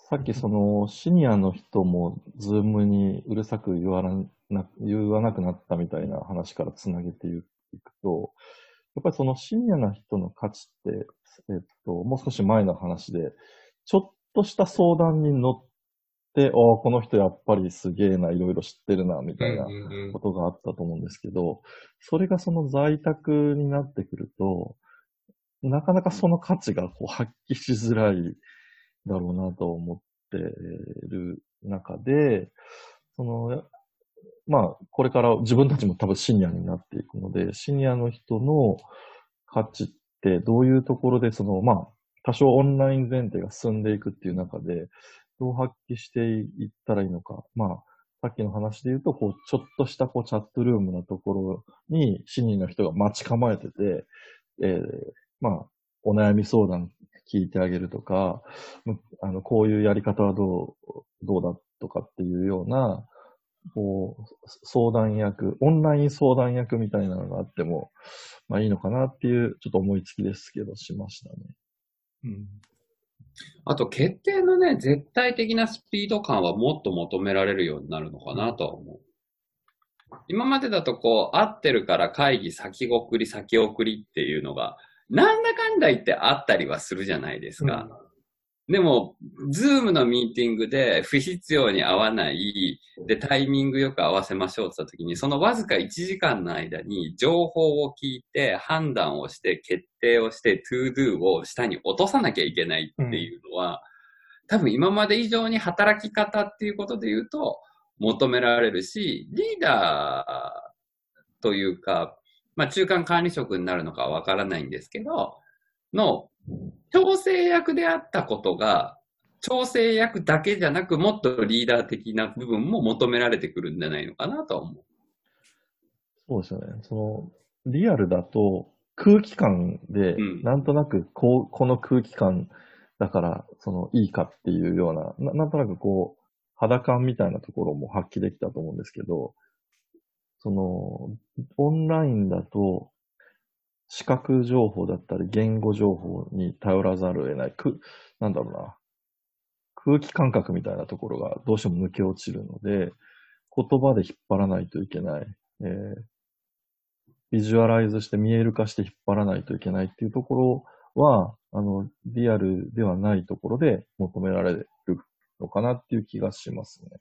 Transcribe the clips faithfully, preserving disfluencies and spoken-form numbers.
さっきそのシニアの人もズームにうるさく言わな、言わなくなったみたいな話からつなげていくと、やっぱりそのシニアな人の価値って、えっと、もう少し前の話で、ちょっとした相談に乗って、ああ、この人やっぱりすげえな、いろいろ知ってるな、みうんたいなうんことがあったと思うんですけど、それがその在宅になってくると、なかなかその価値がこう発揮しづらいだろうなと思っている中で、その、まあ、これから自分たちも多分シニアになっていくので、シニアの人の価値ってどういうところで、その、まあ、多少オンライン前提が進んでいくっていう中で、どう発揮していったらいいのか。まあ、さっきの話で言うと、こう、ちょっとしたこうチャットルームのところにシニアの人が待ち構えてて、えー、まあ、お悩み相談聞いてあげるとか、あの、こういうやり方はどう、どうだとかっていうような、こう、相談役、オンライン相談役みたいなのがあっても、まあいいのかなっていう、ちょっと思いつきですけど、しましたね。 うん。あと、決定のね、絶対的なスピード感はもっと求められるようになるのかなとは思う。今までだとこう、会ってるから会議先送り先送りっていうのが、なんだかんだ言ってあったりはするじゃないですうん。 か。でも、ズームのミーティングで不必要に合わない、で、タイミングよく合わせましょうって言った時に、そのわずかいちじかんの間に情報を聞いて、判断をして、決定をして、トゥードゥを下に落とさなきゃいけないっていうのは、多分今まで以上に働き方っていうことで言うと、求められるし、リーダーというか、まあ中間管理職になるのかはわからないんですけど、の調整役であったことが、調整役だけじゃなく、もっとリーダー的な部分も求められてくるんじゃないのかなとは思う。 そうですよね。その、リアルだと空気感で、 うん。 なんとなく、こう、この空気感だから、その、いいかっていうような、な、なんとなくこう、肌感みたいなところも発揮できたと思うんですけど、その、オンラインだと、視覚情報だったり言語情報に頼らざるを得ない、く、なんだろうな、空気感覚みたいなところがどうしても抜け落ちるので、言葉で引っ張らないといけない。えービジュアライズして見える化して引っ張らないといけないっていうところは、あの、リアルではないところで求められるのかなっていう気がしますね。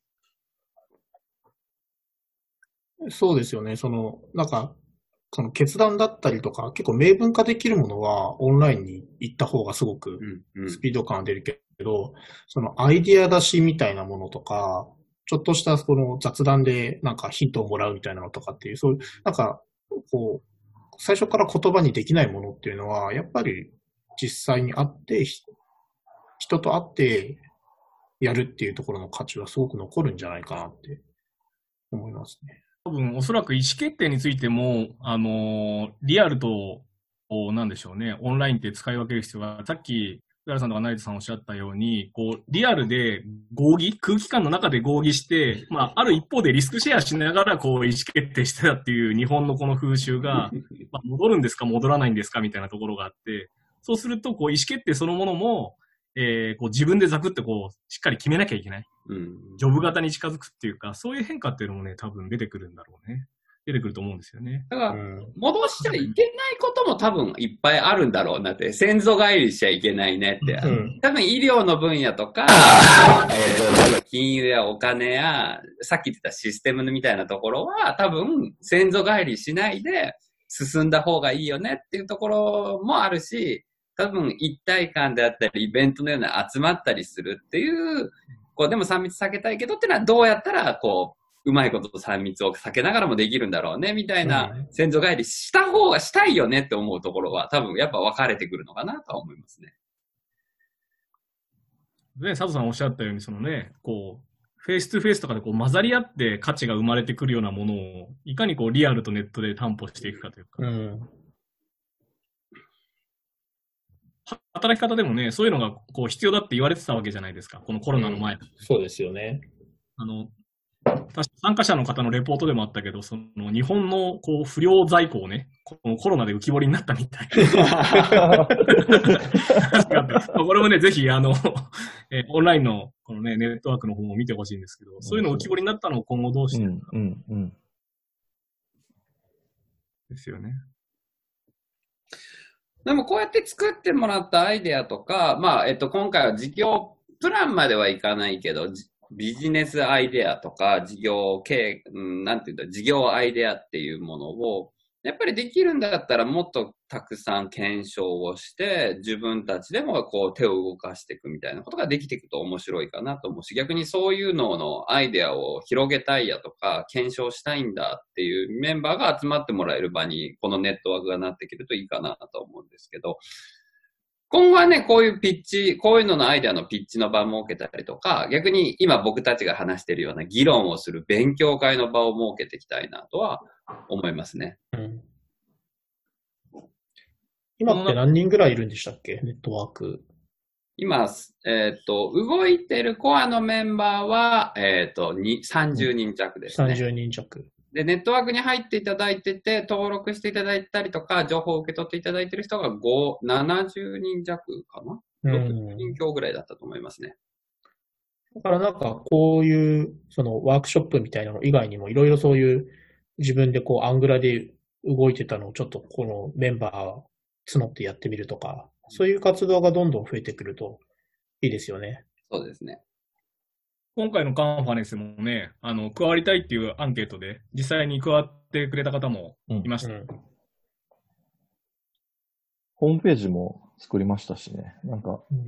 そうですよね。その、なんか、その決断だったりとか、結構明文化できるものはオンラインに行った方がすごくうんうん。 スピード感が出るけど、そのアイディア出しみたいなものとか、ちょっとしたこの雑談でなんかヒントをもらうみたいなのとかっていう、そういう、なんか、こう、最初から言葉にできないものっていうのは、やっぱり実際に会って、ひ人と会ってやるっていうところの価値はすごく残るんじゃないかなって思いますね。 多分、おそらく意思決定についても、あの、リアルと、こうなんでしょうね、オンラインって使い分ける必要が、さっき、福原さんとか成田さんおっしゃったように、こう、リアルで合議、空気感の中で合議して、まあ、ある一方でリスクシェアしながら、こう、意思決定してたっていう日本のこの風習が、まあ、戻るんですか、戻らないんですか、みたいなところがあって、そうすると、こう、意思決定そのものも、えー、こう自分でザクってこう、しっかり決めなきゃいけない。 うん。 ジョブ型に近づくっていうか、そういう変化っていうのもね、多分出てくるんだろうね。出てくると思うんですよね。 だから、 うん。 戻しちゃいけないことも多分いっぱいあるんだろうなって、先祖返りしちゃいけないねって。 うん。 多分医療の分野とか、えっと、金融やお金や、さっき言ってたシステムみたいなところは、多分先祖返りしないで進んだ方がいいよねっていうところもあるし、多分一体感であったり、イベントのような集まったりするっていう、こう、でもさん密避けたいけどっていうのはどうやったら、こう、うまいこととさん密を避けながらもできるんだろうね、みたいな先祖返りした方がしたいよねって思うところは多分やっぱ分かれてくるのかなとは思いますね。 で、佐藤さんおっしゃったように、そのね、こう、フェイストゥフェイスとかでこう混ざり合って価値が生まれてくるようなものを、いかにこうリアルとネットで担保していくかというか。 うん。 働き方でもね、そういうのがこう必要だって言われてたわけじゃないですか。このコロナの前。 うん、そうですよね。 あの、 確か参加者の方のレポートでもあったけど、その日本のこう不良在庫をね、このコロナで浮き彫りになったみたいな。これもね、ぜひ、あの、えーオンラインのこのね、ネットワークの方も見てほしいんですけど、そういうの浮き彫りになったのを今後どうしてうるかん、うん、うん。 ですよね。 でもこうやって作ってもらったアイデアとか、まあ、えっと、今回は事業プランまではいかないけど、じビジネスアイデアとか、事業経、うん、なんていうんだ、事業アイデアっていうものを、やっぱりできるんだったらもっとたくさん検証をして、自分たちでもこう手を動かしていくみたいなことができていくと面白いかなと思うし、逆にそういうののアイデアを広げたいやとか、検証したいんだっていうメンバーが集まってもらえる場に、このネットワークがなってくるといいかなと思うんですけど、今後はね、こういうピッチ、こういうののアイデアのピッチの場を設けたりとか、逆に今僕たちが話しているような議論をする勉強会の場を設けていきたいなとは思いますね。 うん、今って何人ぐらいいるんでしたっけ、ネットワーク。 今、えっと、動いてるコアのメンバーは、えっと、さんじゅうにん弱ですね。 さんじゅうにん弱。 で、ネットワークに入っていただいてて、登録していただいたりとか、情報を受け取っていただいている人がご、ななじゅうにん弱かな、 うん、 ろくじゅうにん強ぐらいだったと思いますね。 だからなんかこういう、そのワークショップみたいなの以外にもいろいろそういう自分でこうアングラで動いてたのをちょっとこのメンバー募ってやってみるとか、そういう活動がどんどん増えてくるといいですよね。 そうですね。 今回のカンファレンスもね、あの、加わりたいっていうアンケートで、実際に加わってくれた方もいました。 うん、 ホームページも作りましたしね。なんか、 うん、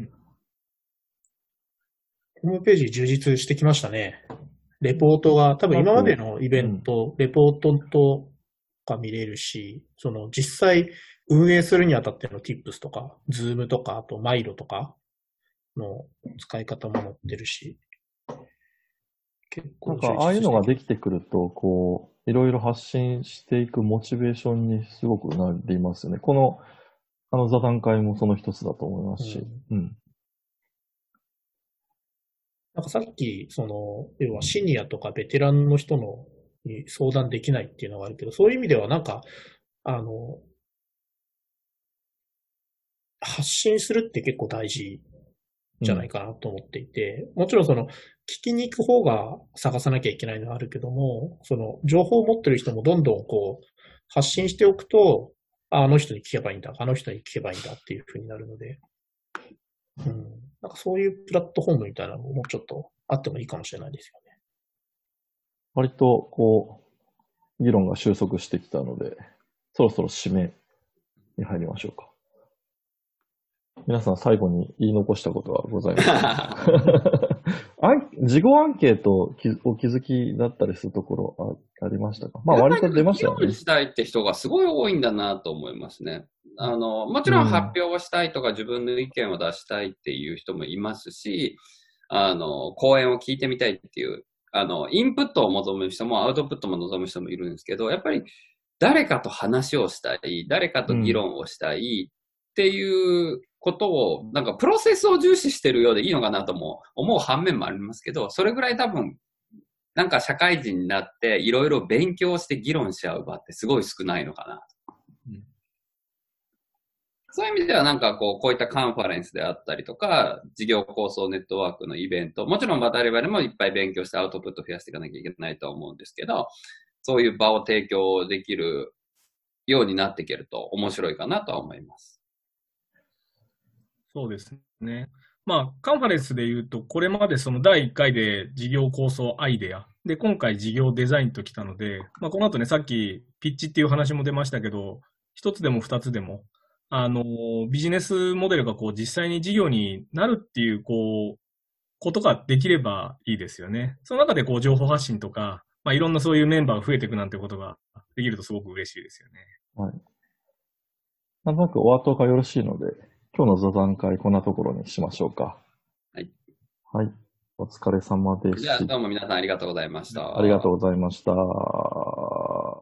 ホームページ充実してきましたね。レポートが、多分今までのイベント、レポートとか見れるし、その実際運営するにあたっての Tips とか、Zoom とか、あとマイロとかの使い方も載ってるし、結構なんかああいうのができてくると、こう、いろいろ発信していくモチベーションにすごくなりますよね。この、あの座談会もその一つだと思いますし。うん。うん、 なんかさっき、その、要はシニアとかベテランの人のに相談できないっていうのがあるけど、そういう意味ではなんか、あの、発信するって結構大事じゃないかなと思っていて、うん、もちろんその、聞きに行く方が探さなきゃいけないのはあるけども、その、情報を持ってる人もどんどんこう、発信しておくと、あの人に聞けばいいんだ、あの人に聞けばいいんだっていう風になるので、うん、なんかそういうプラットフォームみたいなのももうちょっとあってもいいかもしれないですよね。 割と、こう、議論が収束してきたので、そろそろ締めに入りましょうか。皆さん最後に言い残したことはございますか？事後アンケートお気づきだったりするところ あ, ありましたか？まあ割と出ましたよね。 議論したいって人がすごい多いんだなと思いますね。あの、もちろん発表をしたいとか、うん、自分の意見を出したいっていう人もいますし、あの、講演を聞いてみたいっていう、あの、インプットを望む人もアウトプットも望む人もいるんですけど、やっぱり誰かと話をしたい、誰かと議論をしたいっていうことを、なんかプロセスを重視してるようでいいのかなとも思う反面もありますけど、それぐらい多分、なんか社会人になっていろいろ勉強して議論し合う場ってすごい少ないのかな。うん、そういう意味ではなんかこう、こういったカンファレンスであったりとか、事業構想ネットワークのイベント、もちろん我々もいっぱい勉強してアウトプット増やしていかなきゃいけないとは思うんですけど、そういう場を提供できるようになっていけると面白いかなとは思います。 そうですね。まあ、カンファレンスで言うと、これまでそのだいいっかいで事業構想アイデア、で、今回事業デザインときたので、まあ、この後ね、さっきピッチっていう話も出ましたけど、一つでも二つでも、あの、ビジネスモデルがこう実際に事業になるっていう、こう、ことができればいいですよね。その中でこう情報発信とか、まあ、いろんなそういうメンバーが増えていくなんてことができるとすごく嬉しいですよね。 はい。なんとなくお後がよろしいので、今日の座談会こんなところにしましょうか。 はい。 はい。お疲れ様でした。 じゃあどうも皆さんありがとうございました。 ありがとうございました。